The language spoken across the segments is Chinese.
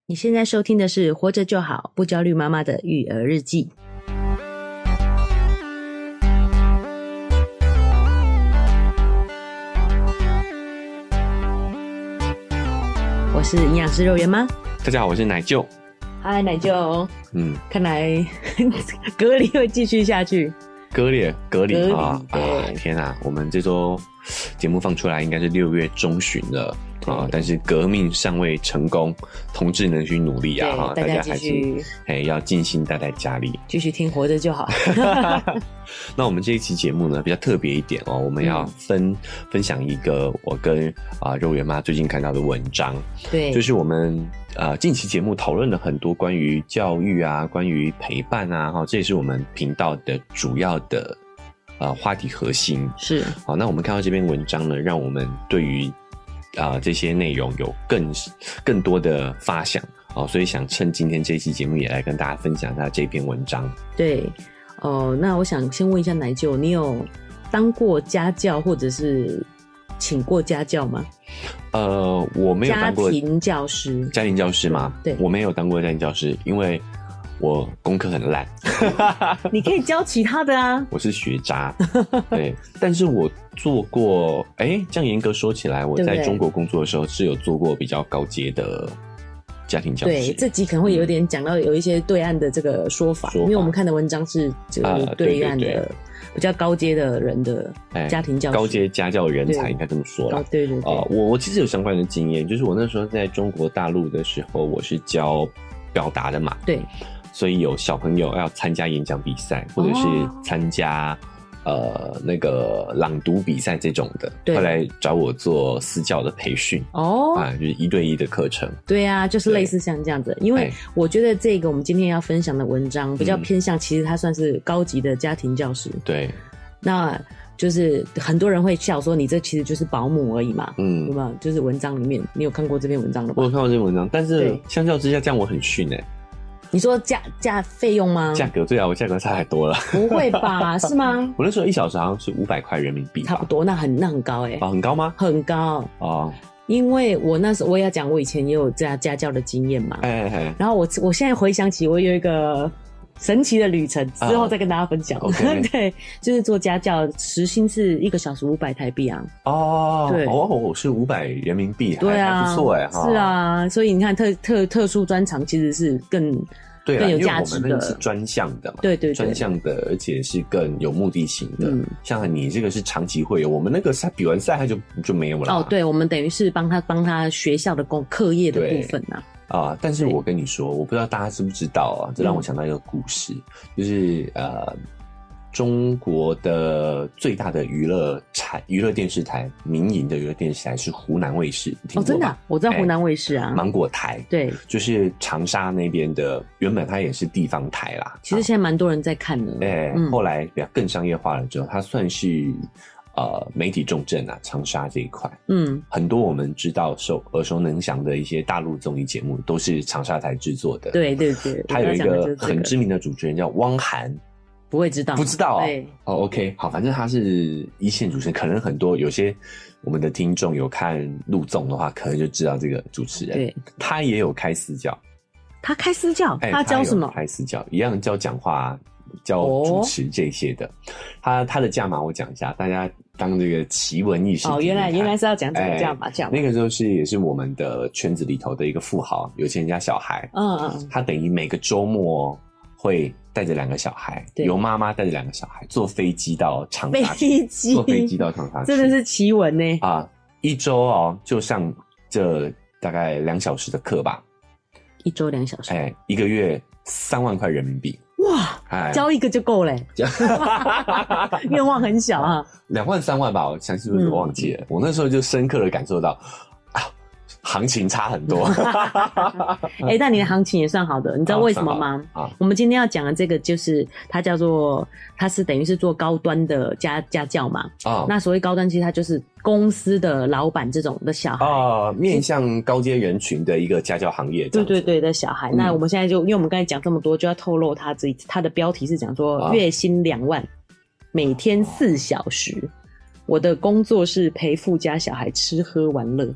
你现在收听的是活着就好不焦虑妈妈的育儿日记。我是营养师肉圆妈。 大家好，我是奶舅。 嗨，奶舅。看来隔离会继续下去。 隔离啊！天啊，我们这周节目放出来应该是6月中旬了啊，但是革命尚未成功，同志能去努力啊！大家还是要尽心待在家里， 继续听活着就好。 那我们这一期节目呢比较特别一点哦，我们要分享一个我跟肉圆妈最近看到的文章，对，就是我们近期节目讨论了很多关于教育啊，关于陪伴啊，这也是我们频道的主要的话题核心。是，好，那我们看到这篇文章呢，让我们对于这些内容有更多的发想，所以想趁今天这一期节目也来跟大家分享一下这篇文章。对， 那我想先问一下奶舅，你有当过家教或者是请过家教吗？ 我没有当过家庭教师。家庭教师吗？对，我没有当过家庭教师，因为我功课很烂。 你可以教其他的啊。 我是学渣。对，但是我做过，这样严格说起来，我在中国工作的时候是有做过比较高阶的家庭教师。 对，这集可能会有点讲到有一些对岸的这个说法，因为我们看的文章是就是对岸的比较高阶的人的家庭教师， 高阶家教人才应该这么说啦。对，我其实有相关的经验，就是我那时候在中国大陆的时候，我是教表达的嘛。对，所以有小朋友要参加演讲比赛，或者是参加那个朗读比赛这种的，后来找我做私教的培训就是1对1的课程。对啊，就是类似像这样子。因为我觉得这个我们今天要分享的文章比较偏向，其实它算是高级的家庭教师。对，那就是很多人会笑说你这其实就是保姆而已嘛。有没有？就是文章里面你有看过这篇文章的吗？我有看过这篇文章，但是相较之下这样我很逊你说价费用吗？价格，对啊，我价格差太多了。不会吧？是吗？我那时候1小时好像是500块人民币，差不多。那很高很高吗？很高因为我那时候我也要讲，我以前也有家教的经验嘛。然后我现在回想起，我有一个神奇的旅程，之后再跟大家分享。对，就是做家教，时薪是1个小时500台币啊。对，是500人民币，对啊，还不错是啊，所以你看特殊专长其实是更有价值的，因为我们那个是专项的嘛。对，专项的，而且是更有目的性的。像你这个是长期会有，我们那个比完赛他就没有了。对，我们等于是帮他学校的课业的部分啊。但是我跟你说，我不知道大家知不知道这让我想到一个故事，就是中国的最大的娱乐电视台，民营的娱乐电视台是湖南卫视，听过吗？真的我知道湖南卫视啊，芒果台。对，就是长沙那边的，原本它也是地方台啦。其实现在蛮多人在看的。后来比较更商业化了之后，它算是媒体重镇啊，长沙这一块。很多我们知道耳熟能详的一些大陆综艺节目都是长沙台制作的。对，它有一个很知名的主持人叫汪涵。不会知道？不知道OK， 好，反正他是一线主持人，可能有些我们的听众有看陆综的话，可能就知道这个主持人。对，他也有开私教。他开私教？他教什么？开私教一样教讲话、教主持这些的。他的价码我讲一下，大家当这个奇闻异事。原来是要讲这个价码。那个时候也是我们的圈子里头的一个富豪，有钱人家小孩。他等于每个周末会带着2个小孩，由妈妈带着2个小孩坐飞机到长沙去，坐飞机到长沙去，真的是奇闻呢。1周就上这大概2小时的课吧，1周2小时，1个月3万块人民币。哇，教一个就够嘞，愿望很小啊，2万3万吧，我详细数字我忘记了。我那时候就深刻的感受到行情差很多。但你的行情也算好的，你知道为什么吗？我们今天要讲的这个就是它是等于是做高端的家教嘛。那所谓高端，其实它就是公司的老板这种的小孩面向高阶人群的一个家教行业。对的小孩。那我们现在因为我们刚才讲这么多，就要透露它的标题是讲说月薪2万，每天4小时。我的工作是陪富家小孩吃喝玩乐。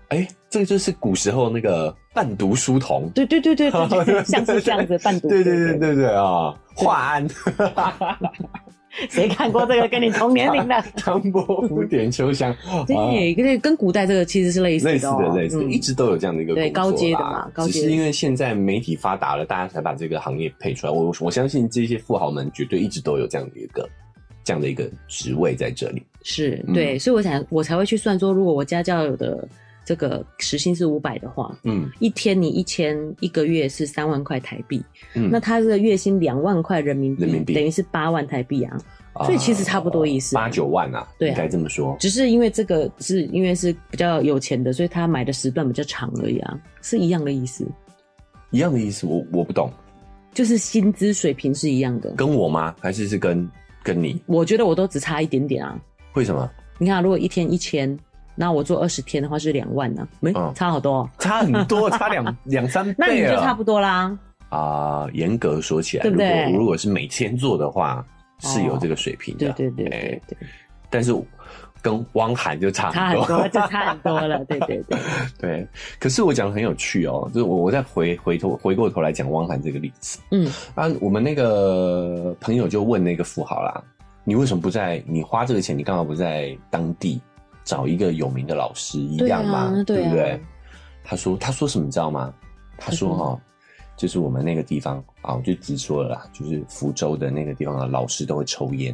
这个就是古时候那个伴读书童。 对，像是这样子伴读。 对啊，华安。 谁看过这个？跟你同年龄的唐伯虎点秋香。 对，跟古代这个其实是类似的。 类似的，一直都有这样的一个工作啦。 对，高阶的嘛， 只是因为现在媒体发达了，大家才把这个行业配出来。我相信这些富豪们绝对一直都有这样的一个职位在这里。 是，对，所以我才会去算说，如果我家教有的这个时薪是500的话，一天你1000，一个月是3万块台币，那他这个月薪2万块人民币，等于是8万台币啊，所以其实差不多意思 ，8、9万啊，对啊，应该这么说。 只是因为这个是因为是比较有钱的，所以他买的时段比较长而已啊，是一样的意思。 一样的意思，我不懂， 就是薪资水平是一样的。跟我吗？还是跟你？ 我觉得我都只差一点点啊。 为什么？ 你看，如果一天1000。那我做20天的话是2万呢，差好多， 差很多，差2、3倍， 那你就差不多啦。 严格说起来， 对不对？ 如果是每天做的话，是有这个水平的。 对。 但是跟汪涵就差很多， 就差很多了。对。 对，可是我讲的很有趣哦，就是我再回过头来讲汪涵这个例子。我们那个朋友就问那个富豪啦，你为什么不在？你花这个钱，你干嘛不在当地？找一个有名的老师一样嘛，对不对？他说什么你知道吗？他说就是我们那个地方啊，我就直说了啦，就是福州的那个地方的老师都会抽烟。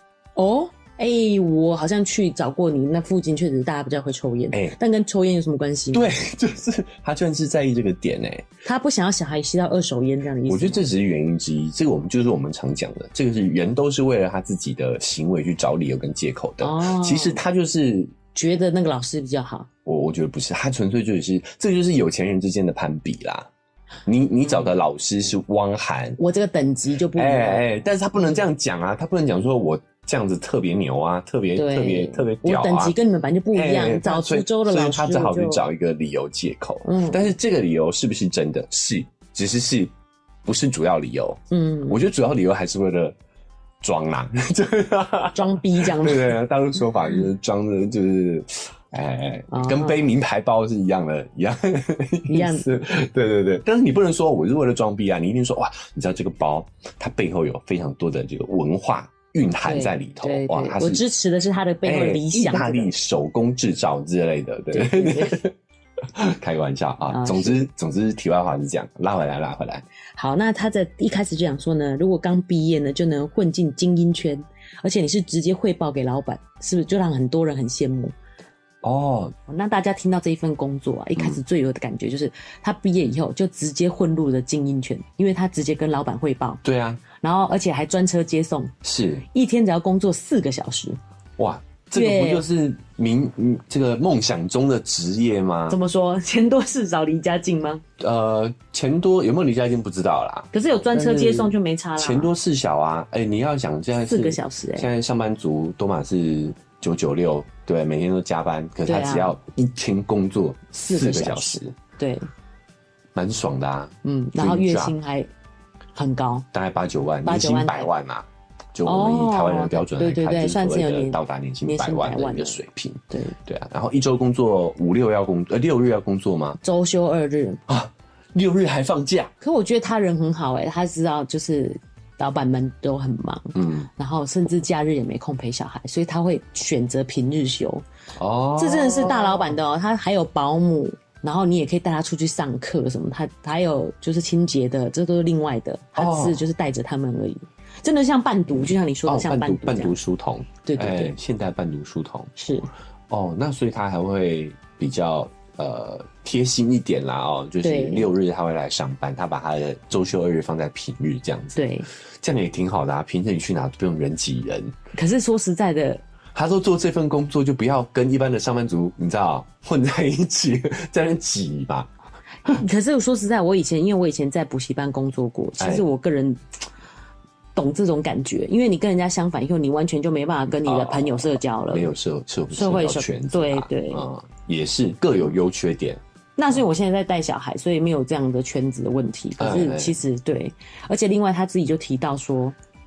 我好像去找过你那附近，确实大家比较会抽烟，但跟抽烟有什么关系？ 对，就是他居然是在意这个点他不想要小孩吸到2手烟这样的意思。 我觉得这只是原因之一，这个我们常讲的，这个是人都是为了他自己的行为去找理由跟借口的。其实他就是觉得那个老师比较好。 我觉得不是，他纯粹就是这个就是有钱人之间的攀比啦。你找的老师是汪涵， 我这个等级就不一样。 但是他不能这样讲啊，他不能讲说我这样子特别牛啊，特别屌啊， 我等级跟你们本来就不一样。找福州的老师， 所以他只好去找一个理由借口。但是这个理由是不是真的？是，只是不是主要理由？我觉得主要理由还是为了装啦， 装逼这样子。 对，大陆说法就是装的，就是跟背名牌包是一样的，一样的。对。但是你不能说我是为了装逼啊，你一定说哇，你知道这个包它背后有非常多的这个文化蕴含在里头。哇， 我支持的是它的背后的理想， 意大利手工制造之类的，对。开个玩笑啊！总之，题外话是这样，拉回来。 好，那他在一开始就讲说呢，如果刚毕业呢，就能混进精英圈，而且你是直接汇报给老板，是不是就让很多人很羡慕？那大家听到这一份工作啊，一开始最有的感觉就是他毕业以后就直接混入了精英圈，因为他直接跟老板汇报。 对啊， 然后而且还专车接送， 是一天只要工作4个小时。 哇！这个不就是这个梦想中的职业吗？ 怎么说？钱多事少离家近吗？ 钱多有没有离家近不知道啦。 可是有专车接送就没差啦。 钱多事小啊！你要想现在 4个小时现在上班族多嘛是996，对，每天都加班，可是他只要一天工作4个小时， 对， 蛮爽的啊。 然后月薪还很高， 大概8、9万，年薪100万啊。就我们以台湾人的标准来看，就是所谓的到达年薪100万的一个水平。对啊，然后一周工作5、6要6日要工作吗？ 周休2日啊，6日还放假。 可我觉得他人很好他知道就是老板们都很忙，然后甚至假日也没空陪小孩，所以他会选择平日休。这真的是大老板的他还有保姆，然后你也可以带他出去上课什么，他还有就是清洁的，这都是另外的，他只是就是带着他们而已。真的像伴读，就像你说的像伴读书童， 对， 现代伴读书童是那所以他还会比较贴心一点啦就是6日他会来上班，他把他的周休2日放在平日这样子，对，这样也挺好的啊，平日你去哪都不用人挤人。可是说实在的，他说做这份工作就不要跟一般的上班族你知道混在一起，在那挤吧。可是我说实在，因为我以前在补习班工作过，其实我个人懂这种感觉，因为你跟人家相反以后，你完全就没办法跟你的朋友社交了，没有社会圈子，对，也是各有优缺点。那是因为我现在在带小孩，所以没有这样的圈子的问题。可是其实对，而且另外他自己就提到说，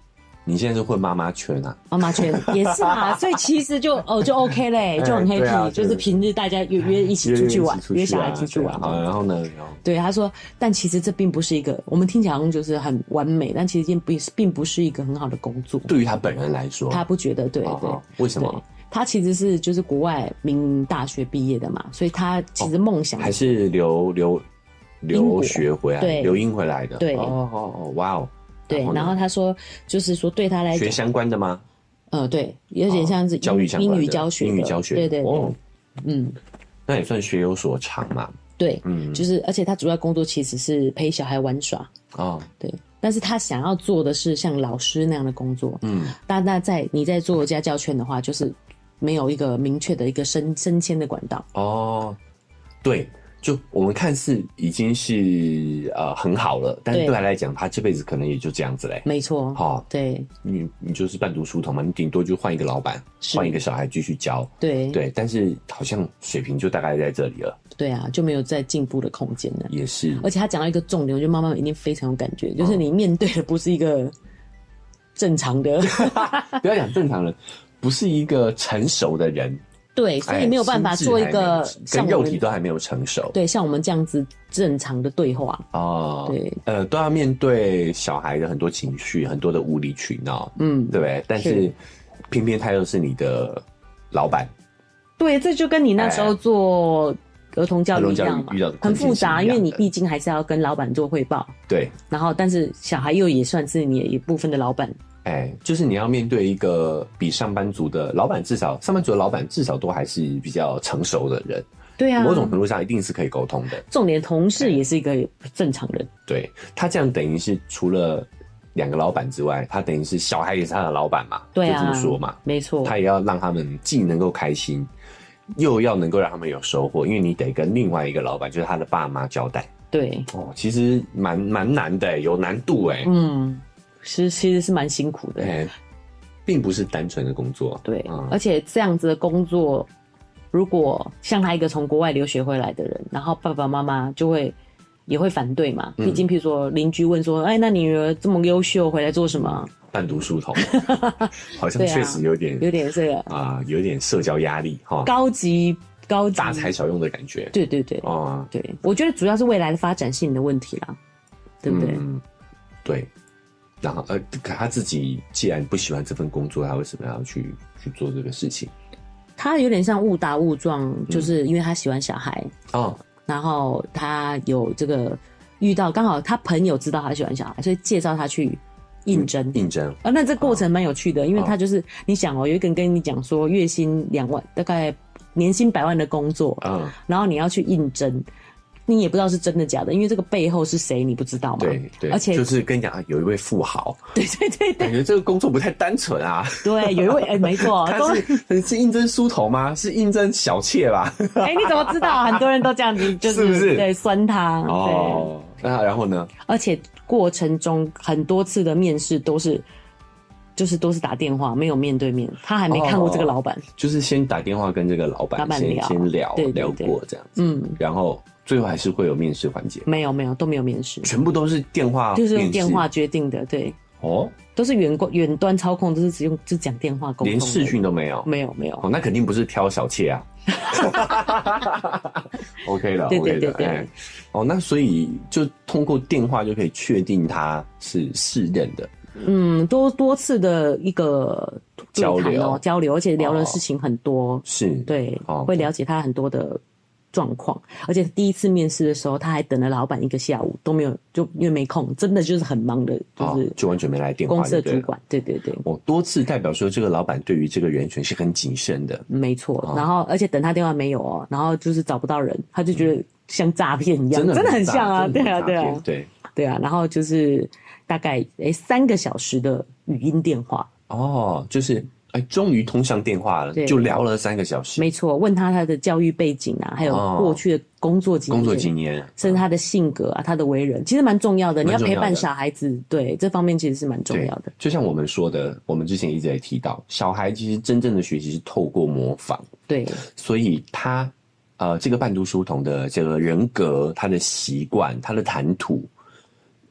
你现在是混妈妈圈啊？ 妈妈圈也是啊，所以其实就 OK 嘞，就很 happy，就是平日大家约一起出去玩，约小孩出去玩。 好，然后呢？ 对，他说，但其实这并不是一个，我们听起来好像就是很完美，但其实并不是一个很好的工作。 对于他本人来说， 他不觉得，对对。 为什么？ 他其实是就是国外名大学毕业的嘛，所以他其实梦想还是留学回来， 对， 留英回来的。 对， 哇哦。 对，然后他说，就是说对他来讲， 学相关的吗？ 对，有点像是教育相关的英语教学，对对对， 那也算学有所长嘛。 对，就是而且他主要工作其实是陪小孩玩耍对，但是他想要做的是像老师那样的工作，但那你在做家教圈的话，就是没有一个明确的一个升迁的管道。 对。就我们看似已经是很好了，但是对他来讲，他这辈子可能也就这样子嘞。 没错，对， 你就是半读书童嘛，你顶多就换一个老板，换一个小孩继续教， 对， 但是好像水平就大概在这里了。 对啊，就没有再进步的空间了。 也是， 而且他讲到一个重点，我觉得妈妈一定非常有感觉，就是你面对的不是一个正常的， 不要讲正常人，不是一个成熟的人。 对，所以没有办法做一个跟肉体都还没有成熟， 对，像我们这样子正常的对话对， 都要面对小孩的很多情绪，很多的无理取闹，对不对？但是偏偏他又是你的老板， 对，这就跟你那时候做儿童教育一样嘛，很复杂，因为你毕竟还是要跟老板做汇报， 对， 然后但是小孩又也算是你一部分的老板。 就是你要面对一个比上班族的老板，上班族的老板至少都还是比较成熟的人。 对啊， 某种程度上一定是可以沟通的。 重点同事也是一个正常人。 对，他这样等于是除了2个老板之外，他等于是小孩也是他的老板嘛。 对啊， 就这么说嘛， 没错。 他也要让他们既能够开心，又要能够让他们有收获，因为你得跟另外一个老板，就是他的爸妈交代。 对， 其实蛮难的，有难度其实是蛮辛苦的， 并不是单纯的工作。 对，而且这样子的工作，如果像他一个从国外留学回来的人，然后爸爸妈妈也会反对嘛。毕竟，譬如说邻居问说：“那你女儿这么优秀，回来做什么？” 半读书童，好像确实有点这个有点社交压力哈， 高级大材小用的感觉。 对对对，对，我觉得主要是未来的发展性的问题啦，对不对？ 对。然后他自己既然不喜欢这份工作，他为什么要去做这个事情？ 他有点像误打误撞，就是因为他喜欢小孩然后他有这个遇到，刚好他朋友知道他喜欢小孩，所以介绍他去应征。那这过程蛮有趣的，因为他就是你想有一个人跟你讲说月薪2万，大概年薪100万的工作然后你要去应征。你也不知道是真的假的，因为这个背后是谁你不知道嘛。 对， 而且就是跟你讲有一位富豪， 对， 感觉这个工作不太单纯啊。 对，有一位没错， 他是应征书童吗？是应征小妾吧？ 你怎么知道？很多人都这样子，就是不是对酸他那然后呢？ 而且过程中很多次的面试都是打电话，没有面对面，他还没看过这个老板， 就是先打电话跟这个老板先聊过这样子，然后最后还是会有面试环节？没有都没有面试， 全部都是电话， 就是用电话决定的，对，都是远端操控，都是只讲电话沟通， 连视讯都没有， 没有， 那肯定不是挑小妾啊。OK 了， 对， 那所以就通过电话就可以确定他是适任的。 多次的一个交流，而且聊的事情很多， 是对，会了解他很多的状况，而且第一次面试的时候，他还等了老板1个下午都没有，就因为没空，真的就是很忙的， 就完全没来电话。 公司的主管，对， 多次代表说这个老板对于这个人选是很谨慎的， 没错。然后而且等他电话没有然后就是找不到人，他就觉得像诈骗一样，真的很像啊，对啊，然后就是大概3个小时的语音电话就是终于通上电话了，就聊了3个小时。 没错，问他的教育背景还有过去的工作经验，甚至他的性格他的为人，其实蛮重要的。你要陪伴小孩子，对这方面其实是蛮重要的。 就像我们说的，我们之前一直在提到，小孩其实真正的学习是透过模仿， 对， 所以他这个半读书童的这个人格、他的习惯、他的谈吐，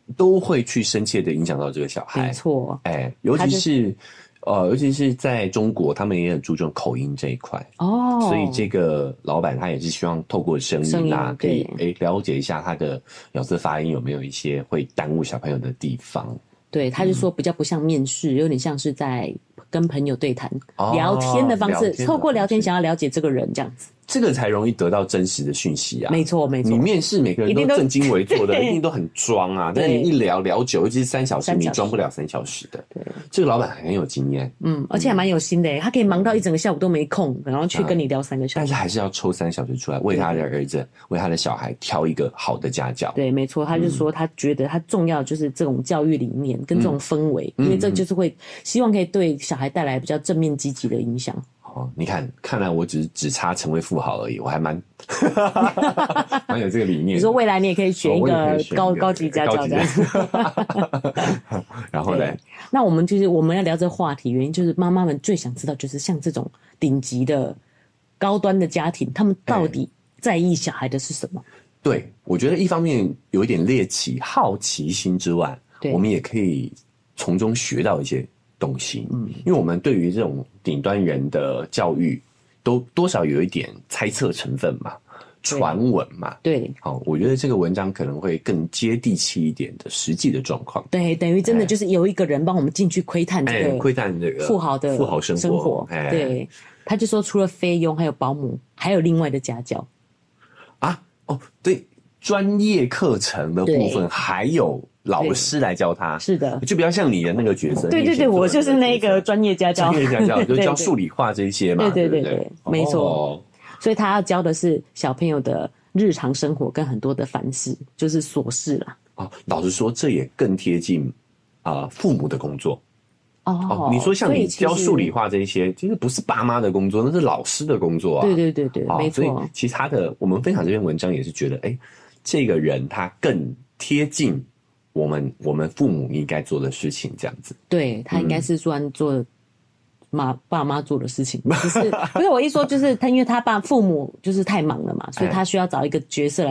都会去深切的影响到这个小孩。 没错， 尤其是在中国，他们也很注重口音这一块哦，所以这个老板他也是希望透过声音啊，可以了解一下他的咬字发音有没有一些会耽误小朋友的地方。 对，他就说比较不像面试，有点像是在跟朋友对谈、聊天的方式，透过聊天想要了解这个人这样子。 这个才容易得到真实的讯息啊！ 没错， 你面试每个人都正襟危坐的，一定都很装啊。但是你一聊久，尤其是3小时，你装不了3小时的。对，这个老板很有经验， 而且还蛮有心的，他可以忙到一整个下午都没空，然后去跟你聊3个小时。 但是还是要抽3小时出来，为他的儿子、为他的小孩挑一个好的家教。 对，没错，他就说他觉得他重要就是这种教育理念跟这种氛围，因为这就是会希望可以对小孩带来比较正面积极的影响。 你看来我只差成为富豪而已，我还蛮有这个理念。 你说未来你也可以选一个高级家教这样子。 然后呢？ 那我们要聊这个话题，原因就是妈妈们最想知道，就是像这种顶级的高端的家庭，他们到底在意小孩的是什么？ 对，我觉得一方面有一点猎奇、好奇心之外，我们也可以从中学到一些东西，因为我们对于这种顶端人的教育，都多少有一点猜测成分嘛，传闻嘛， 对， 好，我觉得这个文章可能会更接地气一点的实际的状况， 对，等于真的就是有一个人帮我们进去窥探这个富豪生活，对，他就说除了菲佣还有保姆，还有另外的家教啊，对，专业课程的部分还有老师来教他， 是的， 就比较像你的那个角色。 对，我就是那个专业家教， 就教数理化这些嘛。 对，没错。所以他要教的是小朋友的日常生活跟很多的凡事，就是琐事啦。 老实说，这也更贴近父母的工作。你说像你教数理化这一些，其实不是爸妈的工作，那是老师的工作啊。 对，没错。 所以其他的，我们分享这篇文章也是觉得，这个人他更贴近我们父母应该做的事情，这样子。对， 他应该是专做爸妈做的事情，不是我一说就是他，因为他父母就是太忙了嘛，所以他需要找一个角色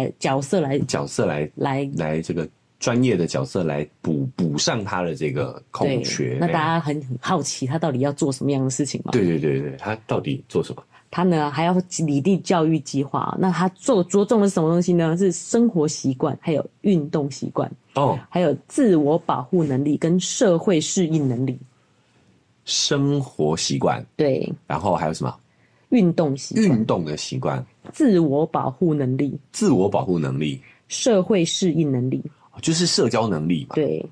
来这个专业的角色来补上他的这个空缺。 那大家很好奇他到底要做什么样的事情嘛？ 对，他到底做什么？ 他呢还要拟定教育计划，那他着重的是什么东西呢？是生活习惯，还有运动习惯，还有自我保护能力跟社会适应能力。 生活习惯， 对， 然后还有什么？ 运动的习惯， 自我保护能力，社会适应能力， 就是社交能力嘛。 对，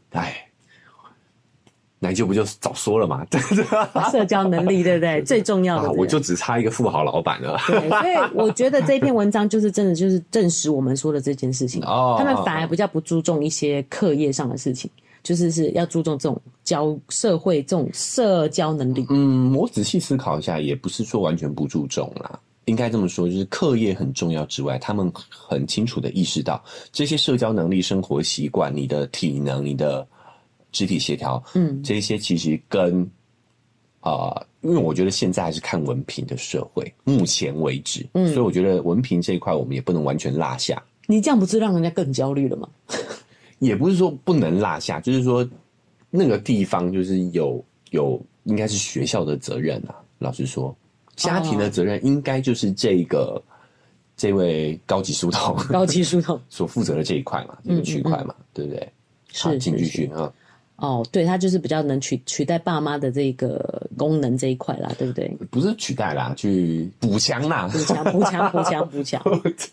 奶舅不就早说了嘛？ 社交能力对不对？最重要的， 我就只差一个富豪老板了。 对，所以我觉得这篇文章就是真的就是证实我们说的这件事情。他们反而比较不注重一些课业上的事情，就是要注重这种社会这种社交能力。 我仔细思考一下，也不是说完全不注重啦。应该这么说，就是课业很重要之外，他们很清楚的意识到这些社交能力、生活习惯、你的体能、你的肢体协调，这些其实跟因为我觉得现在还是看文凭的社会，目前为止，所以我觉得文凭这一块我们也不能完全落下。 你这样不是让人家更焦虑了吗？ 也不是说不能落下，就是说那个地方就是有应该是学校的责任啊。老实说，家庭的责任应该就是这位高级书童所负责的这一块嘛，这个区块嘛，对不对？ 是， 请继续啊。 对，他就是比较能取代爸妈的这个功能这一块啦，对不对？ 不是取代啦，去补强啦， 补强。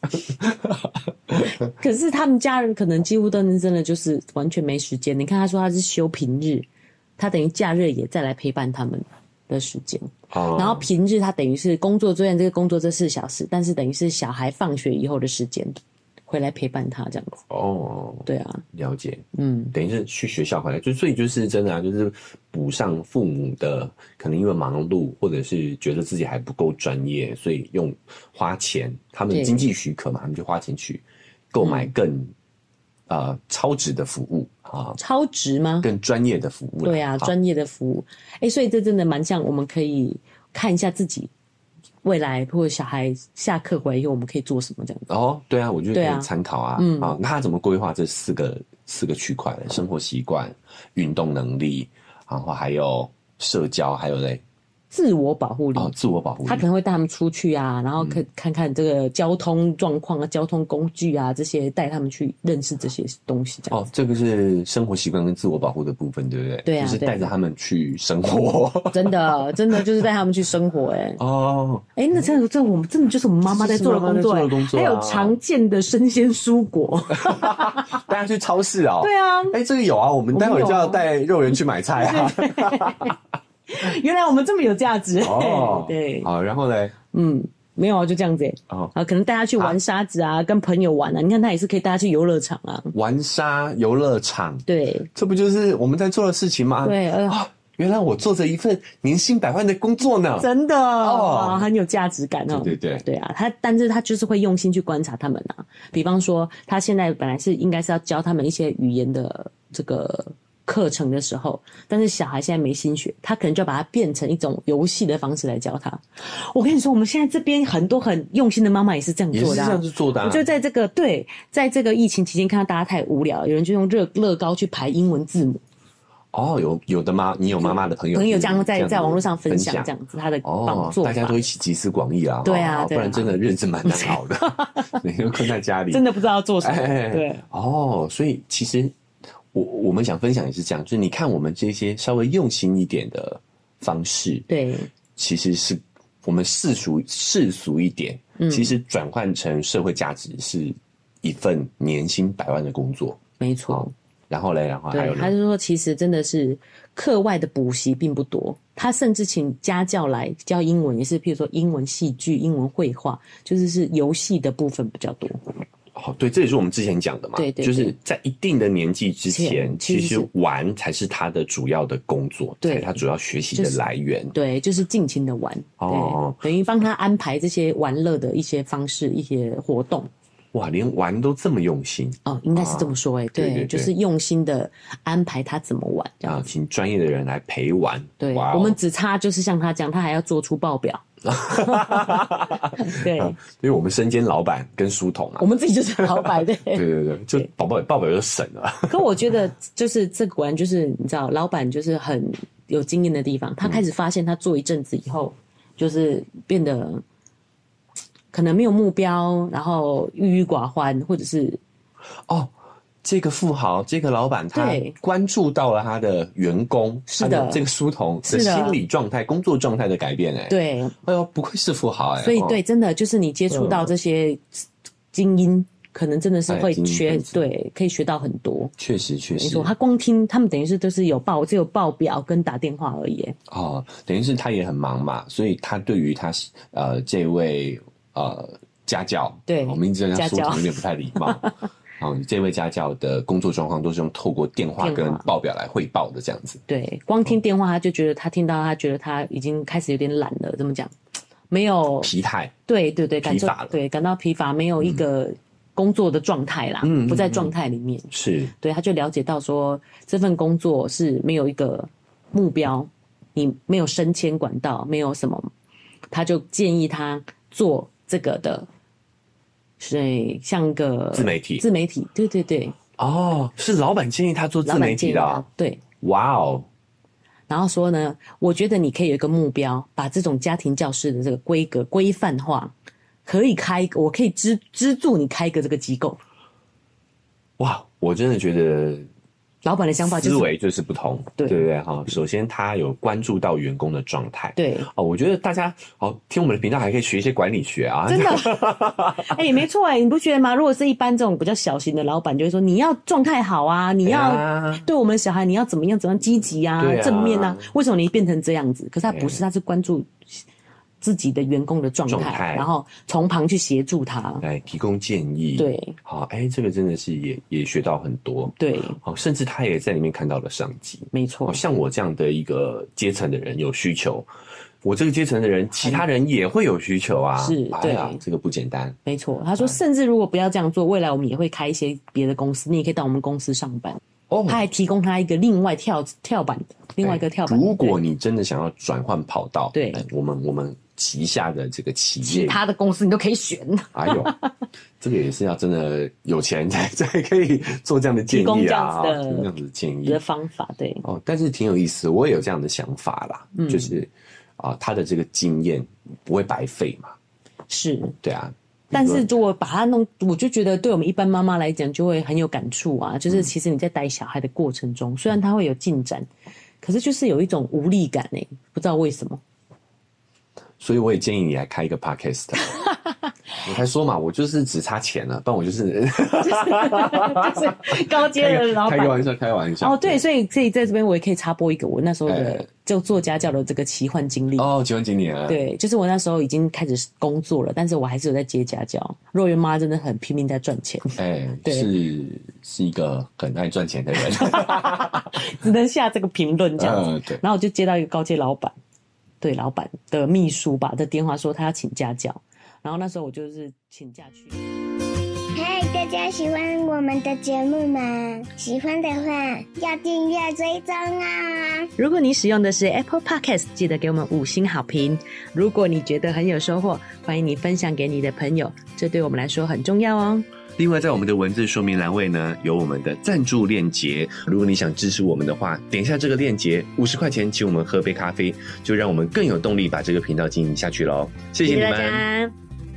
可是他们家人可能几乎都真的就是完全没时间。你看他说他是休平日，他等于假日也再来陪伴他们的时间。然后平日他等于是工作，虽然这个工作这4小时，但是等于是小孩放学以后的时间。回来陪伴他这样子。对啊， 了解。等于是去学校回来，所以就是真的就是补上父母的可能因为忙碌，或者是觉得自己还不够专业，所以花钱，他们经济许可嘛，他们就花钱去购买更超值的服务啊。超值吗？ 更专业的服务。 对啊，专业的服务。所以这真的蛮像，我们可以看一下自己。未来或者小孩下课回来以后，我们可以做什么这样子？ 对啊，我觉得可以参考啊。那他怎么规划这4 4个区块了：生活习惯、运动能力，然后还有社交，还有嘞。 自我保护力自我保护力， 他可能会带他们出去啊，然后看看这个交通状况啊、交通工具啊这些，带他们去认识这些东西。 这个是生活习惯跟自我保护的部分，对不对？ 对啊， 就是带着他们去生活。 真的就是带他们去生活，那这我们真的就是我们妈妈在做的工作，还有常见的生鲜蔬果， 带他去超市啊。 对啊， 这个有啊，我们待会就要带肉圆去买菜啊。 原来我们这么有价值对。 好，然后嘞， 没有啊，就这样子可能带他去玩沙子啊，跟朋友玩啊。你看他也是可以带他去游乐场啊， 玩沙游乐场， 对， 这不就是我们在做的事情吗？ 对， 原来我做着一份年薪100万的工作呢， 真的很有价值感对啊，但是他就是会用心去观察他们啊。比方说，他现在本来应该是要教他们一些语言的这个课程的时候，但是小孩现在没心学，他可能就要把它变成一种游戏的方式来教他。我跟你说，我们现在这边很多很用心的妈妈也是这样做的， 也是这样子做的。 就在这个疫情期间，看到大家太无聊，有人就用乐高去排英文字母。 有的吗？你有妈妈的朋友这样在网络上分享这样子他的做法， 大家都一起集思广益啊。 对啊， 不然真的日子蛮难熬的，每天困在家里， 真的不知道做什么。对， 所以其实我们想分享也是这样，就是你看我们这些稍微用心一点的方式， 对， 其实是我们世俗一点，其实转换成社会价值是一份年薪100万的工作， 没错。 然后还有， 他就说其实真的是课外的补习并不多，他甚至请家教来教英文，也是譬如说英文戏剧、英文绘画，就是游戏的部分比较多。 对，这也是我们之前讲的嘛，对，就是在一定的年纪之前，其实玩才是他的主要的工作，才是他主要学习的来源。 对，就是尽情的玩，等于帮他安排这些玩乐的一些方式、一些活动。 哇，连玩都这么用心应该是这么说对，就是用心的安排他怎么玩这样请专业的人来陪玩。 对，我们只差就是像他讲，他还要做出报表。对，因为我们身兼老板跟书童我们自己就是老板。对， 就报表就省了。 可我觉得就是这果然就是你知道，老板就是很有经验的地方。他开始发现，他做一阵子以后，就是变得可能没有目标，然后郁郁寡欢，或者是这个富豪，这个老板，他关注到了他的员工， 是的， 这个书童的心理状态、工作状态的改变。 对， 不愧是富豪所以对，真的就是你接触到这些精英，可能真的是会对，可以学到很多。 确实，没错。他光听他们等于是都是只有报表跟打电话而已。 等于是他也很忙嘛，所以他对于他这位家教， 对， 我名字叫书童有点不太礼貌。这位家教的工作状况都是用透过电话跟报表来汇报的这样子。 对，光听电话他就觉得他觉得他已经开始有点懒了，怎么讲？没有疲态。 对，疲乏了。对，感到疲乏，没有一个工作的状态啦，不在状态里面。 是。 对，他就了解到说这份工作是没有一个目标，你没有升迁管道，没有什么，他就建议他做这个的。所以像个自媒体， 对。 是老板建议他做自媒体的对。 哇哦。 然后说呢，我觉得你可以有一个目标，把这种家庭教师的这个规格规范化，我可以资助你开个这个机构。 哇，我真的觉得。 老板的想法思维就是不同，对不对？首先他有关注到员工的状态， 对我觉得大家听我们的频道还可以学一些管理学啊， 真的，没错你不觉得吗？如果是一般这种比较小型的老板，就会说你要状态好啊，你要对我们的小孩你要怎么样积极啊，正面啊，为什么你变成这样子？可是他不是，他是关注自己的员工的状态，然后从旁去协助他， 提供建议。 对， 这个真的是也学到很多。 对， 甚至他也在里面看到了商机。 没错， 像我这样的一个阶层的人有需求，我这个阶层的人，其他人也会有需求啊。是，对啊，这个不简单。 没错，他说，甚至如果不要这样做，未来我们也会开一些别的公司，你也可以到我们公司上班。他还提供他一个另外跳板的另外一个跳板。 如果你真的想要转换跑道， 对， 我们旗下的这个企业， 其他的公司你都可以选。 哎呦，这个也是要真的有钱才可以做这样的建议啊，这样子的建议的方法，对哦，但是挺有意思，我也有这样的想法啦，就是他的这个经验不会白费嘛， 是， 对啊。 但是如果把它弄，我就觉得对我们一般妈妈来讲就会很有感触啊。就是其实你在带小孩的过程中，虽然他会有进展，可是就是有一种无力感欸，不知道为什么。 所以我也建议你来开一个 podcast。我才说嘛，我就是只差钱了，不然我就是高阶的老板。 开个玩笑。 哦，对，所以在这边我也可以插播一个我那时候的就做家教的这个奇幻经历。 哦，奇幻经历啊。 对，就是我那时候已经开始工作了，但是我还是有在接家教。若元妈真的很拼命在赚钱。 对，是一个很爱赚钱的人。 只能下这个评论这样子。 对。 然后我就接到一个高阶老板，对，老板的秘书吧的电话说他要请家教。然后那时候我就是请假去。 嗨，大家喜欢我们的节目吗？喜欢的话要订阅追踪啊！ 如果你使用的是 Apple Podcast， 记得给我们5星好评。如果你觉得很有收获，欢迎你分享给你的朋友，这对我们来说很重要哦。 另外在我们的文字说明栏位呢，有我们的赞助链接，如果你想支持我们的话，点一下这个链接，50块钱请我们喝杯咖啡，就让我们更有动力把这个频道经营下去咯。谢谢你们。 谢谢大家。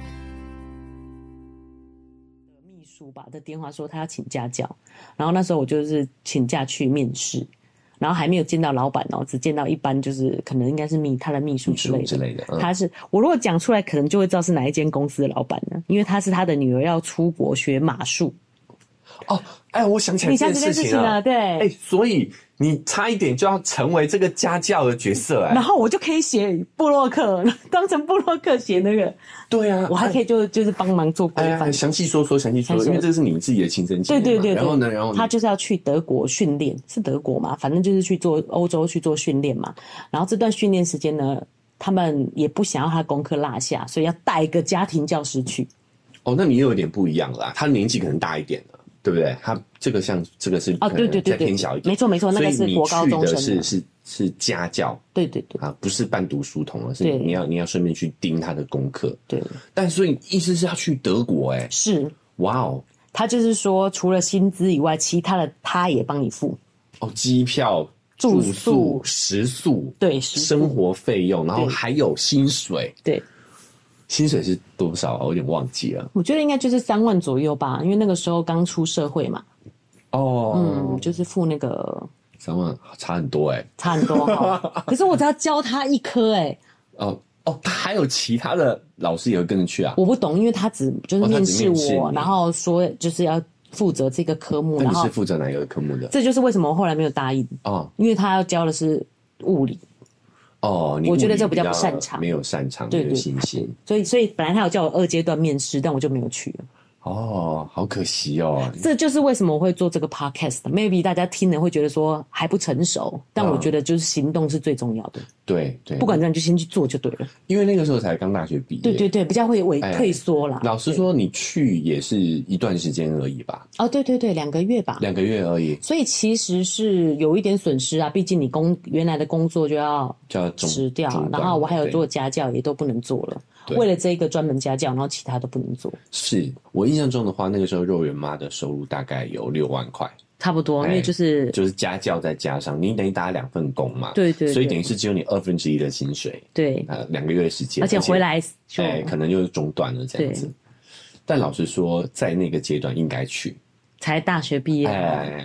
秘书吧的电话说他要请家教，然后那时候我就是请假去面试，然后还没有见到老板哦，只见到一般就是可能应该是他的秘书之类的。他是我如果讲出来，可能就会知道是哪一间公司的老板呢，因为他是他的女儿要出国学马术。 哦，我想起来这件事情了， 对， 所以你差一点就要成为这个家教的角色， 然后我就可以写部落客，当成部落客写那个。对啊，我还可以就是帮忙做规范。 详细说，因为这是你自己的亲身经验嘛。对。然后呢， 他就是要去德国训练，是德国嘛？反正就是去做欧洲去做训练嘛。然后这段训练时间呢，他们也不想要他功课落下，所以要带一个家庭教师去。 哦，那你又有点不一样了，他年纪可能大一点了。对不对？他这个是对，再偏小一点， 没错，那个是国高中生， 所以你去的是家教， 对啊，不是半读书童，而是你要顺便去盯他的功课， 对。 但所以意思是要去德国， 是， 哇哦， 他就是说除了薪资以外，其他的他也帮你付， 机票、住宿、食宿， 对， 生活费用，然后还有薪水， 对。 薪水是多少啊？我有点忘记了。 我觉得应该就是3万左右吧，因为那个时候刚出社会嘛。就是付那个 3万，差很多差很多可是我只要教他一科他还有其他的老师也会跟着去啊？ 我不懂，因为他只就是面试我，然后说就是要负责这个科目。 那你是负责哪一个科目的？ 这就是为什么我后来没有答应因为他要教的是物理。我觉得这比较不擅长， 没有擅长，没有信心， 所以本来他有叫我2阶段面试，但我就没有去了。 好可惜哦。 这就是为什么我会做这个 podcast。Maybe 大家听了会觉得说还不成熟，但我觉得就是行动是最重要的。 对， 不管怎样就先去做就对了。 因为那个时候才刚大学毕业， 对，比较会退缩啦。 老实说，你去也是一段时间而已吧？ 对，2个月吧。 2个月而已。 所以其实是有一点损失啊，毕竟你原来的工作就要辞掉，然后我还有做家教也都不能做了。为了这一个专门家教，然后其他都不能做。 是我印象中的话，那个时候肉圆妈的收入大概有6万块， 差不多，因为就是家教再加上你等于打2份工嘛， 对， 所以等于是只有你1/2的薪水， 对 ，2个月的时间， 而且回来可能就中断了这样子。但老实说，在那个阶段应该去， 才大学毕业，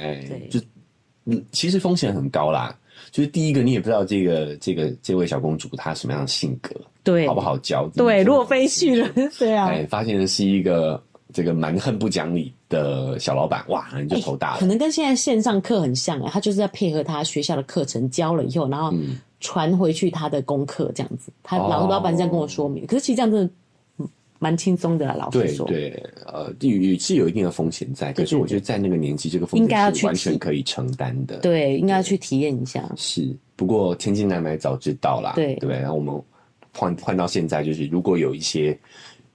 其实风险很高啦。就是第一个，你也不知道这位小公主她什么样的性格， 对， 好不好教？ 对，若飞去了，对啊， 发现的是一个这个蛮横不讲理的小老板，哇，你就头大了。 可能跟现在线上课很像他就是要配合他学校的课程教了以后，然后传回去他的功课这样子。他老板这样跟我说明，可是其实这样真的蛮轻松的啦，老实说。对， 是有一定的风险在，可是我觉得在那个年纪，这个风险是完全可以承担的。 对，应该要去体验一下。 是，不过千金难买早知道啦，对不对？然后我们换到现在，就是如果有一些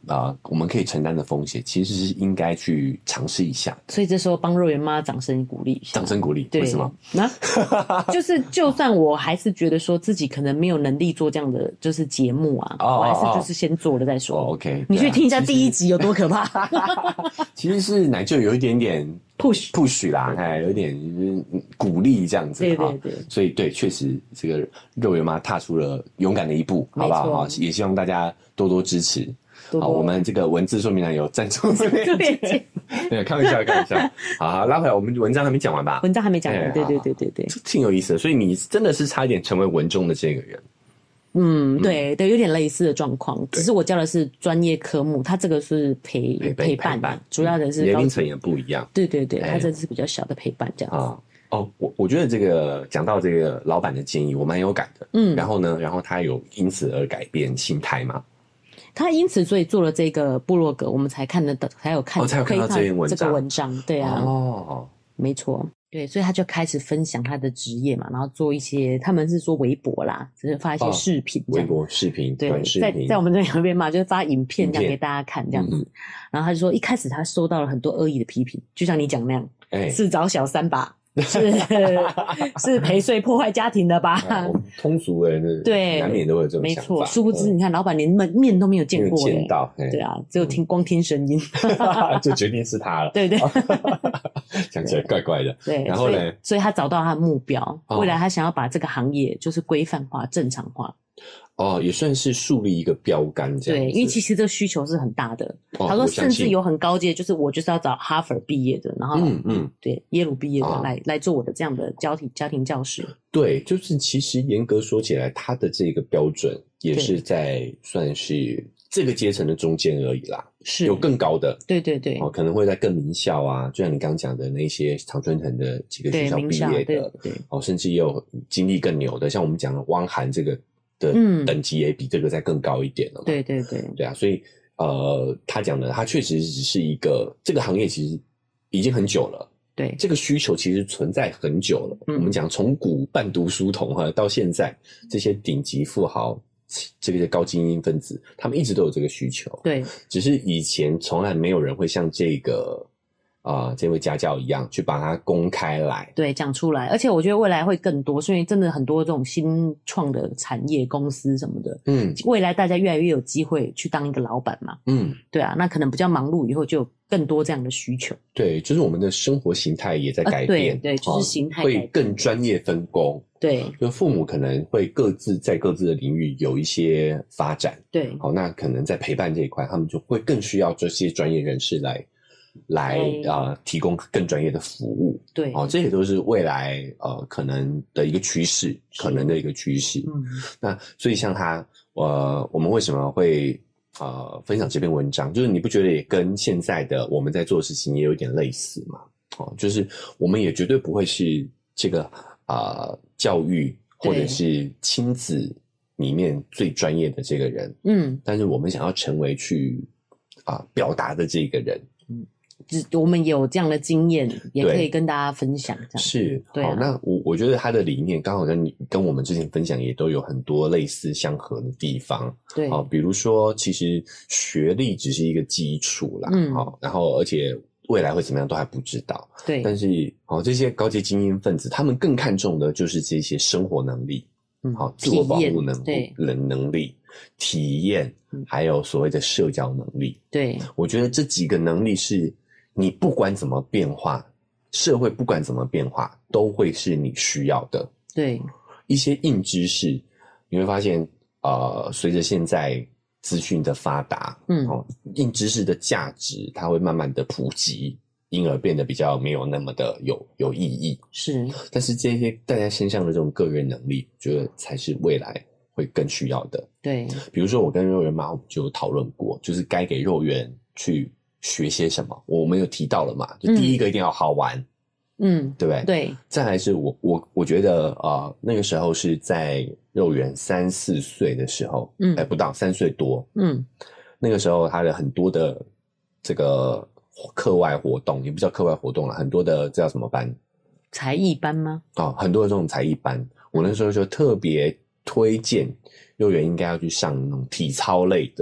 我们可以承担的风险，其实是应该去尝试一下。 所以这时候帮肉圆妈掌声鼓励一下。 掌声鼓励，为什么？ 就是就算我还是觉得说自己可能没有能力做这样的就是节目啊，我还是就是先做了再说。 OK， 你去听一下第1集有多可怕。 其实是奶就有一点点 push 啦，有一点鼓励这样子。 对对对， 所以对，确实这个肉圆妈踏出了勇敢的一步，好不好？也希望大家多多支持。好，我们这个文字说明栏有赞助链接。对，开玩笑。好，拉回来，我们文章还没讲完吧？ 文章还没讲完，对， 挺有意思的。所以你真的是差一点成为文中的这个人。 对，有点类似的状况，只是我教的是专业科目，他这个是陪伴，主要的是年龄层也不一样。 对，他这是比较小的陪伴这样子。 我觉得这个讲到这个老板的建议，我蛮有感的。然后他有因此而改变心态吗？ 他因此所以做了这个部落格，我们才看得到，才有看到这个文章。对啊，没错，对，所以他就开始分享他的职业嘛，然后做一些，他们是说微博啦，就是发一些视频， 微博视频， 对， 短视频， 在我们这边嘛，就是发影片这样给大家看这样子。然后他就说，一开始他收到了很多恶意的批评，就像你讲那样，是找小三吧。是陪睡破坏家庭的吧？ 通俗的，对，难免都会有这种想法。 没错，殊不知你看，老板连面都没有见过， 见到， 对啊，只有光听声音， 就决定是他了。对，讲起来怪怪的。对，然后呢？ 所以他找到他的目标，未来他想要把这个行业就是规范化、正常化。 也算是树立一个标杆这样子。 对，因为其实这个需求是很大的。他说，甚至有很高阶，就是我就是要找哈佛毕业的，然后对耶鲁毕业的来做我的这样的家庭教师。 对，就是其实严格说起来，他的这个标准也是在算是这个阶层的中间而已啦。是有更高的， 对， 可能会在更名校啊，就像你刚刚讲的那些常春藤的几个学校毕业的，对，甚至也有经历更牛的，像我们讲的汪涵这个的等级也比这个再更高一点了嘛。对啊，所以他讲的，他确实只是一个这个行业其实已经很久了，对，这个需求其实存在很久了。我们讲从古半读书童到现在这些顶级富豪。这个高精英分子，他们一直都有这个需求，对，只是以前从来没有人会像这个这位家教一样去把它公开来，对，讲出来。而且我觉得未来会更多，所以真的很多这种新创的产业公司什么的，未来大家越来越有机会去当一个老板嘛，对啊，那可能比较忙碌以后就有更多这样的需求，对，就是我们的生活形态也在改变，对，就是形态会更专业分工。对，就父母可能会各自在各自的领域有一些发展，对，好，那可能在陪伴这一块，他们就会更需要这些专业人士来提供更专业的服务，对，这也都是未来可能的一个趋势，那所以像他我们为什么会分享这篇文章，就是你不觉得也跟现在的我们在做的事情也有点类似吗？就是我们也绝对不会是这个教育或者是亲子里面最专业的这个人，但是我们想要成为去表达的这个人，我们有这样的经验，也可以跟大家分享。这样是，对好。那我觉得他的理念刚好跟我们之前分享也都有很多类似相合的地方。对，好，比如说，其实学历只是一个基础啦，好，然后而且未来会怎么样都还不知道。对，但是这些高阶精英分子，他们更看重的就是这些生活能力，好，自我保护能力、体验，还有所谓的社交能力。对，我觉得这几个能力是你不管怎么变化，社会不管怎么变化，都会是你需要的。对，一些硬知识，你会发现，随着现在资讯的发达，硬知识的价值，它会慢慢的普及，因而变得比较没有那么的有意义。是，但是这些大家身上的这种个人能力，我觉得才是未来会更需要的。对，比如说我跟肉圆妈就有讨论过，就是该给肉圆去学些什么，我们有提到了嘛，就第一个一定要好玩，对不对？对。再来是我觉得那个时候是在肉圆3、4岁的时候，不到3岁多，那个时候他的很多的这个课外活动，也不叫课外活动了，很多的这叫什么班？才艺班吗？很多的这种才艺班，我那时候就特别推荐肉圆应该要去上那种体操类的。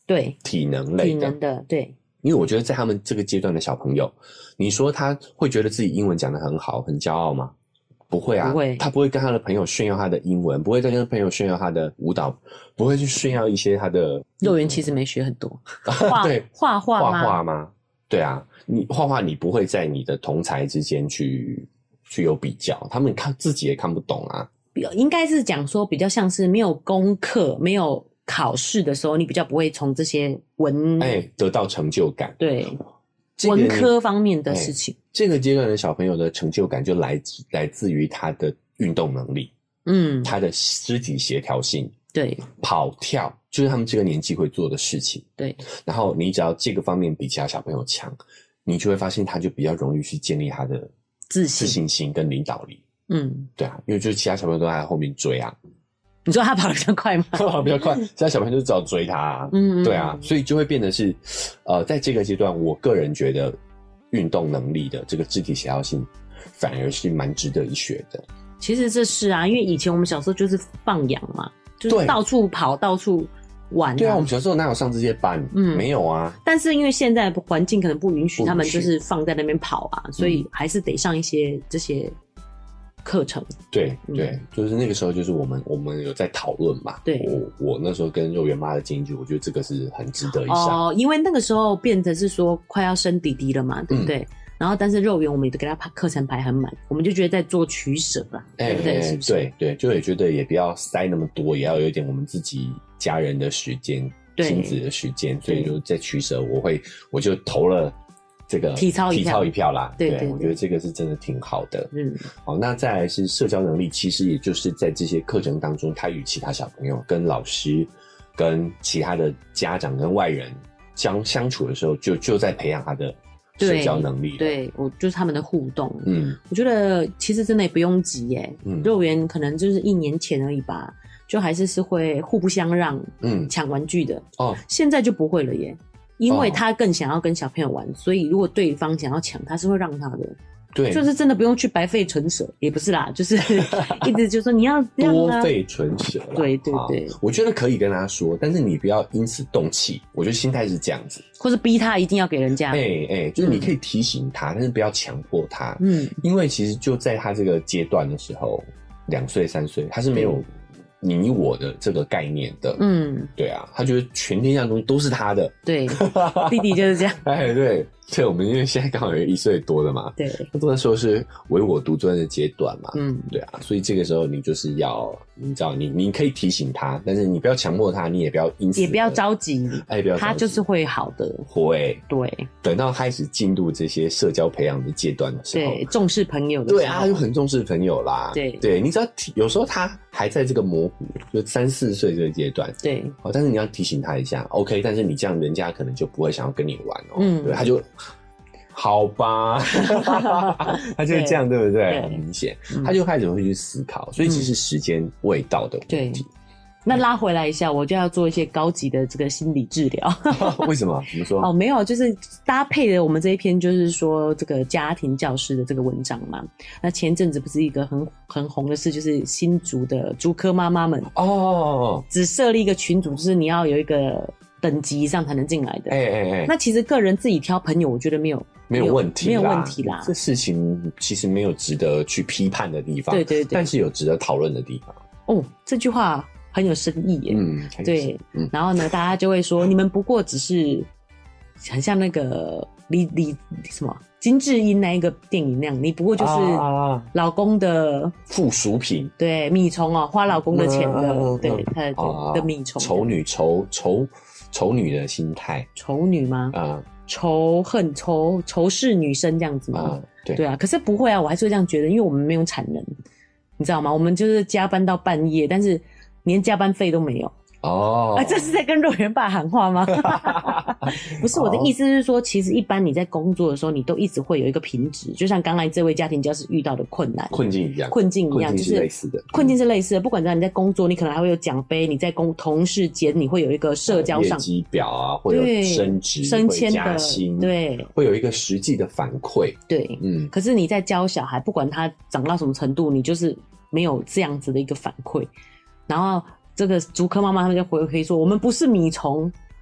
对，体能类的，对。 因为我觉得在他们这个阶段的小朋友，你说他会觉得自己英文讲得很好，很骄傲吗？不会啊， 不会， 他不会跟他的朋友炫耀他的英文，不会再跟朋友炫耀他的舞蹈，不会去炫耀一些他的。 幼儿园其实没学很多， 对， 画画吗？对啊，你画画你不会在你的同才之间去有比较，他们自己也看不懂啊。 应该是讲说比较像是没有功课，没有考试的时候，你比较不会从这些得到成就感。 对。文科方面的事情， 这个阶段的小朋友的成就感就来自于他的运动能力，他的肢体协调性， 对， 跑跳就是他们这个年纪会做的事情， 对。 然后你只要这个方面比其他小朋友强，你就会发现他就比较容易去建立他的自信心跟领导力，对啊，因为就是其他小朋友都在后面追啊。 你说他跑得比较快吗？ 跑得比较快，其他小朋友就只好追他啊。对啊，所以就会变得是，在这个阶段，我个人觉得运动能力的这个肢体协调性，反而是蛮值得一学的。 其实这是啊，因为以前我们小时候就是放养嘛，就是到处跑，到处玩。 对啊，我们小时候哪有上这些班？没有啊。 但是因为现在环境可能不允许他们就是放在那边跑啊，所以还是得上一些这些课程。 对对，就是那个时候就是我们有在讨论嘛。 对， 我那时候跟肉圆妈的建议，我觉得这个是很值得一下。 因为那个时候变成是说快要生弟弟了嘛，对不对？然后但是肉圆我们也都给他课程排很满，我们就觉得在做取舍啦，对不对？是不是？ 对对，就也觉得也不要塞那么多，也要有一点我们自己家人的时间、亲子的时间，所以就在取舍。我就投了这个体操一票啦。对，我觉得这个是真的挺好的。好，那再来是社交能力，其实也就是在这些课程当中，他与其他小朋友、跟老师、跟其他的家长跟外人相处的时候，就在培养他的社交能力。 对，我就是他们的互动。我觉得其实真的也不用急耶。幼儿园可能就是1年前而已吧，就还是会互不相让，抢玩具的。现在就不会了耶。因为他更想要跟小朋友玩，所以如果对方想要抢，他是会让他的。对，就是真的不用去白费唇舌，也不是啦，就是一直就说你要这样啊， 多费唇舌啦。 对对对， 我觉得可以跟他说，但是你不要因此动气。我觉得心态是这样子， 或是逼他一定要给人家。 就是你可以提醒他，但是不要强迫他。因为其实就在他这个阶段的时候，2岁3岁，他是没有你我的这个概念的。对啊，他觉得全天下的东西都是他的。对， 弟弟就是这样。 对，我们因为现在刚好有1岁多的嘛，对，那时候是唯我独尊的阶段嘛，对啊，所以这个时候你就是要，你知道，你可以提醒他，但是你不要强迫他，你也不要因此也不要着急，不要着急，他就是会好的， 会， 对， 等到开始进入这些社交培养的阶段的时候， 对，重视朋友的时候， 对啊，他就很重视朋友啦，对，你只要有时候他还在这个模糊，就3、4岁这个阶段，对，但是你要提醒他一下 ，OK， 但是你这样人家可能就不会想要跟你玩对，他就。好吧，他就是这样，对不对？很明显，他就开始会去思考，所以其实时间未到的问题。 那拉回来一下，我就要做一些高级的这个心理治疗。 为什么？怎么说？ 没有，就是搭配的我们这一篇，就是说这个家庭教师的这个文章嘛。那前阵子不是一个很红的事，就是新竹的竹科妈妈们只设立一个群组，就是你要有一个等级以上才能进来的。那其实个人自己挑朋友，我觉得没有问题啦。 这事情其实没有值得去批判的地方，对，但是有值得讨论的地方。这句话很有深意耶。对，然后呢，大家就会说，你们不过只是很像那个什么金智英那一个电影那样，你不过就是老公的附属品， 对，米虫花老公的钱的，对，他的米虫， 丑女的心态， 丑女吗？仇恨仇视女生这样子吗？对啊，可是不会啊，我还是会这样觉得，因为我们没有产能，你知道吗？我们就是加班到半夜，但是连加班费都没有。这是在跟肉圆爸喊话吗？不是，我的意思是说，其实一般你在工作的时候，你都一直会有一个评值，就像刚才这位家庭教师遇到的困境一样，就是类似的。 困境是类似的，不管你在工作，你可能还会有奖杯；你在同事间，你会有一个社交上业绩表啊，会有升职、 升迁的加薪， 对， 会有一个实际的反馈。 对，可是你在教小孩，不管他长到什么程度，你就是没有这样子的一个反馈，然后。这个竹科妈妈他们就回说，我们不是米虫，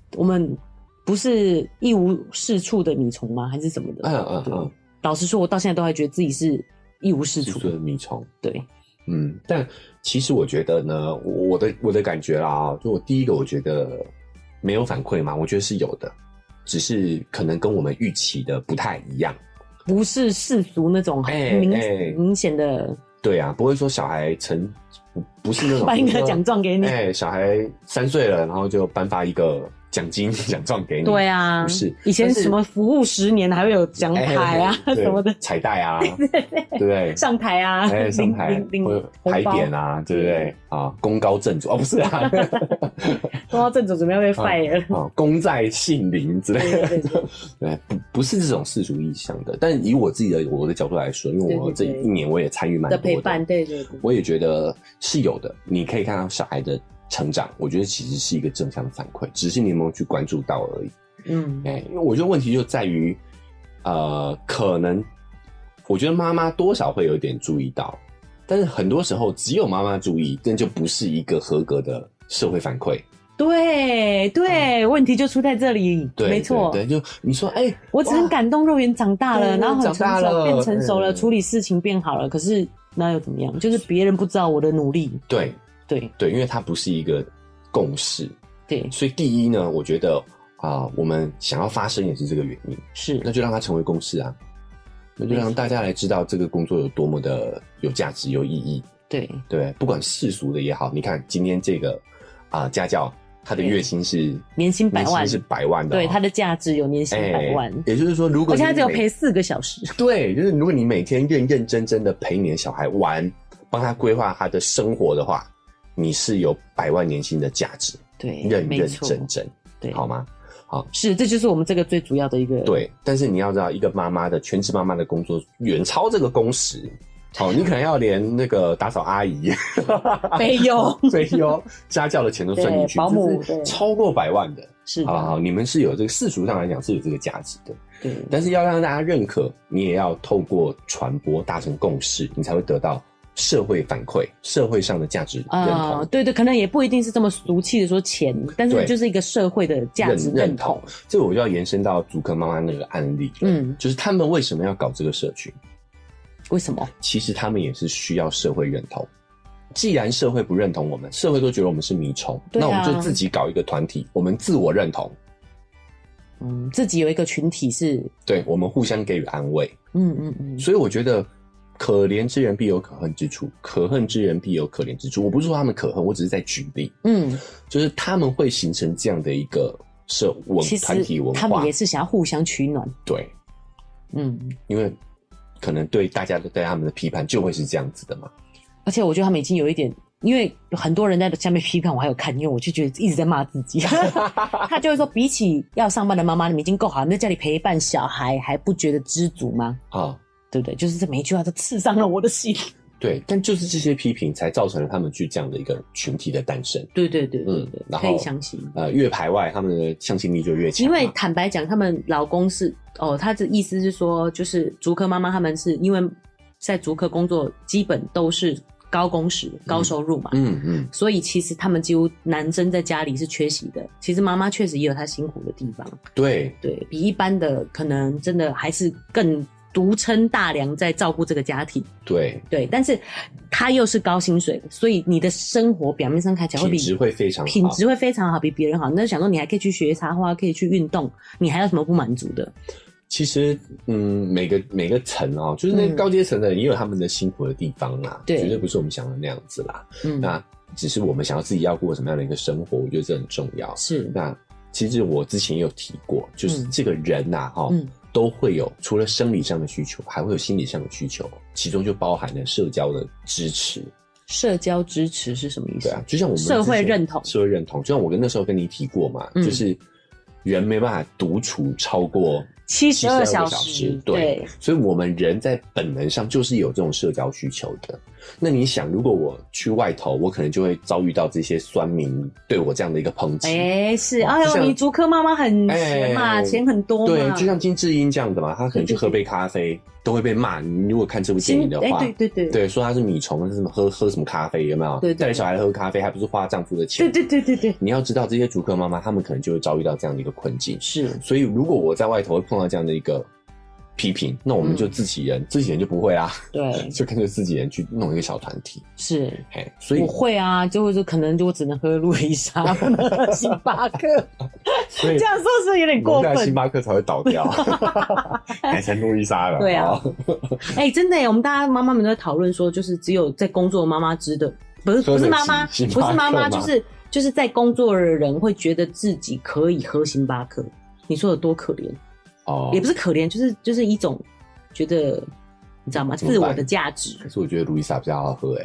我们不是一无是处的米虫吗？还是什么的？老实说，我到现在都还觉得自己是一无是处的米虫。 对， 但其实我觉得呢，我的感觉啦，就我第一个，我觉得没有反馈嘛，我觉得是有的，只是可能跟我们预期的不太一样， 不是世俗那种很明显的。 对啊，不会说小孩不是那种颁一个奖状给你， 小孩3岁了，然后就颁发一个奖状给你。 对啊， 不是以前什么服务10年还会有奖牌啊什么的， 彩带啊，对不对？ 上台啊， 上台牌匾啊，对不对？啊，功高震主不是啊， 功高震主准备要被 fire 功在杏林之类的，对，不是这种世俗意义上的。但以我的角度来说，因为我这1年我也参与蛮多的陪伴，对， 我也觉得是有的。你可以看到小孩的成长，我觉得其实是一个正向的反馈，只是你有没有去关注到而已。因为我觉得问题就在于，可能我觉得妈妈多少会有点注意到，但是很多时候只有妈妈注意，但就不是一个合格的社会反馈。 对，问题就出在这里。 对， 没错。 对，就你说， 我只很感动，肉圆长大了，然后很成熟，变成熟了，处理事情变好了。可是那又怎么样？就是别人不知道我的努力。 对，因为它不是一个共识。 对， 所以第一呢，我觉得我们想要发声也是这个原因。 是， 那就让它成为共识啊，那就让大家来知道这个工作有多么的有价值、有意义。对，不管世俗的也好，你看今天这个家教。他的月薪是年薪100万， 是100万的。 对，他的价值有年薪100万。 也就是说，如果而且他只有陪4个小时。 对，就是如果你每天认认真真的陪你的小孩玩，帮他规划他的生活的话，你是有100万年薪的价值。 对， 认认真真，对，好吗？好， 是，这就是我们这个最主要的一个。 对，但是你要知道，一个妈妈的全职妈妈的工作远超这个工时。你可能要连那个打扫阿姨、 费用、 家教的钱都算进去， 保姆超过100万的。 是的， 好，你们是有这个世俗上来讲是有这个价值的。 对， 但是要让大家认可，你也要透过传播达成共识，你才会得到社会反馈、社会上的价值认同。 对，可能也不一定是这么俗气的说钱，但是就是一个社会的价值认同。 这个我就要延伸到竹科妈妈那个案例，就是他们为什么要搞这个社群？ 为什么？ 其实他们也是需要社会认同。既然社会不认同我们，社会都觉得我们是迷虫，那我们就自己搞一个团体，我们自我认同。 自己有一个群体是， 对，我们互相给予安慰。所以我觉得，可怜之人必有可恨之处，可恨之人必有可怜之处。我不是说他们可恨，我只是在举例。就是他们会形成这样的一个团体文化， 他们也是想要互相取暖。 对，因为。可能对大家对他们的批判就会是这样子的嘛， 而且我觉得他们已经有一点，因为很多人在下面批判我，还有看，因为我就觉得一直在骂自己。他就会说，比起要上班的妈妈，你们已经够好，你在家里陪伴小孩还不觉得知足吗？对不对？就是这每一句话都刺伤了我的心。 对，但就是这些批评才造成了他们去这样的一个群体的诞生。 对，可以相信。 越排外，他们的向心力就越强。 因为坦白讲，他们老公是他的意思是说，就是竹科妈妈他们是因为在竹科工作，基本都是高工时、高收入嘛。所以其实他们几乎男生在家里是缺席的。其实妈妈确实也有她辛苦的地方。对，比一般的可能真的还是更。独撑大梁在照顾这个家庭，对，但是他又是高薪水，所以你的生活表面上看起来会比品质会非常好，比别人好。那想说你还可以去学插花，可以去运动，你还有什么不满足的？ 其实，每个层就是那个高阶层的人也有他们的辛苦的地方啦，绝对不是我们想的那样子啦。那只是我们想要自己要过什么样的一个生活，我觉得这很重要。是，那其实我之前也有提过，就是这个人都会有除了生理上的需求，还会有心理上的需求，其中就包含了社交的支持。 社交支持是什么意思？ 对啊，就像我们社会认同， 就像我那时候跟你提过嘛，就是人没办法独处超过 72小时， 对，所以我们人在本能上就是有这种社交需求的。 那你想，如果我去外头，我可能就会遭遇到这些酸民对我这样的一个抨击。 是，哎呦，你竹科妈妈很闲嘛，钱很多嘛。 对，就像金智英这样的嘛，他可能去喝杯咖啡都会被骂。你如果看这部电影的话，对，说他是米虫，是什么喝什么咖啡，有没有？对，带小孩喝咖啡，还不是花丈夫的钱？ 对。 你要知道，这些竹科妈妈，他们可能就会遭遇到这样的一个困境。 是， 所以如果我在外头会碰到这样的一个批评，那我们就自己人就不会啦。对，就跟着自己人去弄一个小团体。 是， 所以我会啊，就会说可能就我只能喝路易莎，不能喝星巴克。所以这样说是不是有点过分？ 星巴克才会倒掉，改成路易莎了。 对啊，真的耶，我们大家妈妈们都在讨论说，就是只有在工作的妈妈知道，不是妈妈，不是妈妈，就是在工作的人会觉得自己可以喝星巴克。你说有多可怜？也不是可怜，就是一种觉得你知道吗？自我的价值。 可是我觉得路易莎比较好喝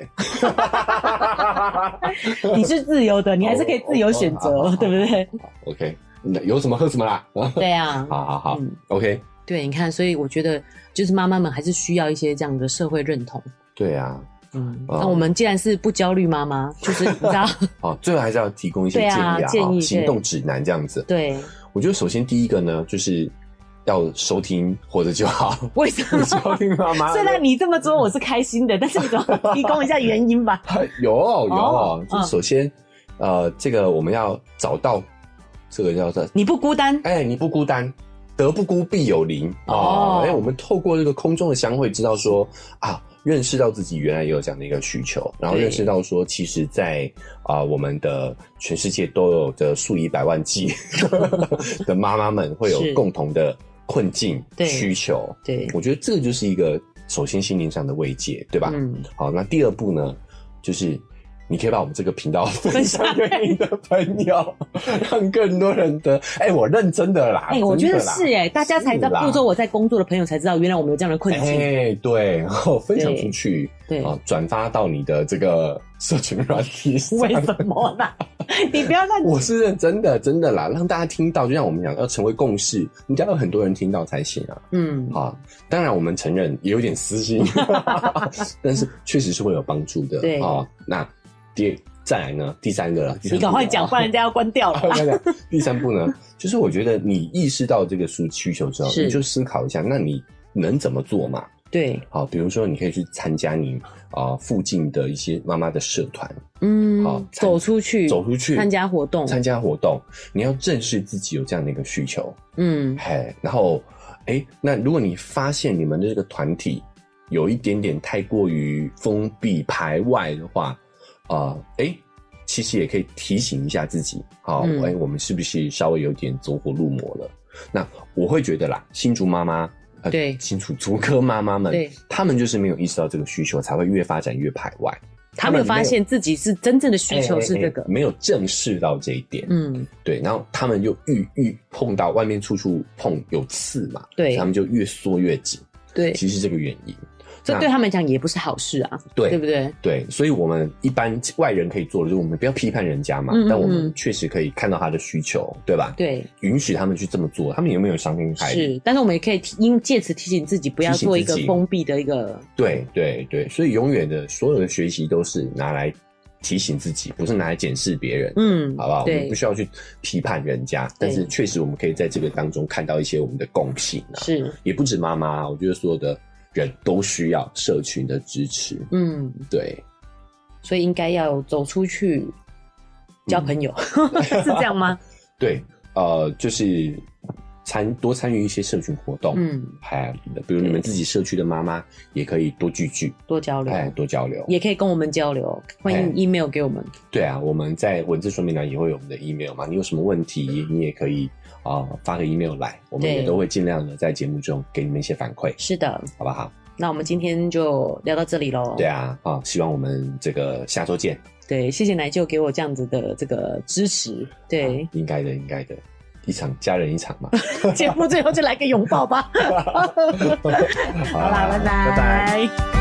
你是自由的，你还是可以自由选择，对不对 ？OK， 有什么喝什么啦。 对啊， 好，OK。 对，你看，所以我觉得就是妈妈们还是需要一些这样的社会认同。 对啊。 那我们既然是不焦虑妈妈，就是你知道， 最后还是要提供一些建议行动指南这样子。 对， 我觉得首先第一个呢，就是要收听活着就好。 为什么收听妈妈？ 虽然你这么说我是开心的，但是你总要提供一下原因吧。 有，就首先这个我们要找到这个叫做你不孤单。 你不孤单，德不孤必有邻。我们透过这个空中的相会，知道说认识到自己原来也有这样的一个需求，然后认识到说，其实在我们的全世界都有着数以百万计的妈妈们会有共同的困境需求。对，我觉得这个就是一个首先心灵上的慰藉，对吧？好，那第二步呢，就是你可以把我们这个频道分享给你的朋友，让更多人得。我认真的啦。 我觉得是大家才知道，比如说我在工作的朋友才知道，原来我们有这样的困境。 对，然后分享出去，对，转发到你的这个社群软体上。 为什么呢？你不要乱。 我是认真的，真的啦，让大家听到，就像我们讲，要成为共识，你要有很多人听到才行啊。当然我们承认也有点私心，但是确实是会有帮助的。对那。再来呢，第三个了。 你赶快讲，不然人家要关掉了。 第三步呢，就是我觉得你意识到这个需求之后，你就思考一下，那你能怎么做嘛？ 对， 好，比如说你可以去参加你附近的一些妈妈的社团， 走出去，参加活动， 你要正视自己有这样的一个需求，然后那如果你发现你们的这个团体有一点点太过于封闭排外的话，其实也可以提醒一下自己，我们是不是稍微有点走火入魔了？那我会觉得啦，新竹妈妈，对，新竹科妈妈们，他们就是没有意识到这个需求，才会越发展越排外。 他们发现自己是真正的需求是这个， 没有正视到这一点，对，然后他们就愈碰到外面处处碰有刺嘛，对，他们就越缩越紧，对，其实是这个原因。 这对他们讲也不是好事啊，对不对？ 对，所以我们一般外人可以做的就是我们不要批判人家嘛，但我们确实可以看到他的需求，对吧？对，允许他们去这么做，他们有没有伤天害理？ 是，但是我们也可以借此提醒自己，不要做一个封闭的一个。 对，所以永远的所有的学习都是拿来提醒自己，不是拿来检视别人，好不好？我们不需要去批判人家，但是确实我们可以在这个当中看到一些我们的共性啊，是，也不止妈妈，我觉得所有的人都需要社群的支持，对， 所以应该要走出去交朋友，是这样吗？ 对，就是多参与一些社群活动，比如你们自己社区的妈妈也可以多聚，多交流， 也可以跟我们交流，欢迎 email 给我们。 对啊，我们在文字说明栏也会有我们的 email 嘛，你有什么问题，你也可以发个 email 来，我们也都会尽量的在节目中给你们一些反馈。 是的， 好不好？ 那我们今天就聊到这里咯。 对啊，希望我们这个下周见。 对，谢谢奶舅给我这样子的这个支持。对， 应该的，一场家人一场嘛。 节目最后就来个拥抱吧。好啦，拜拜。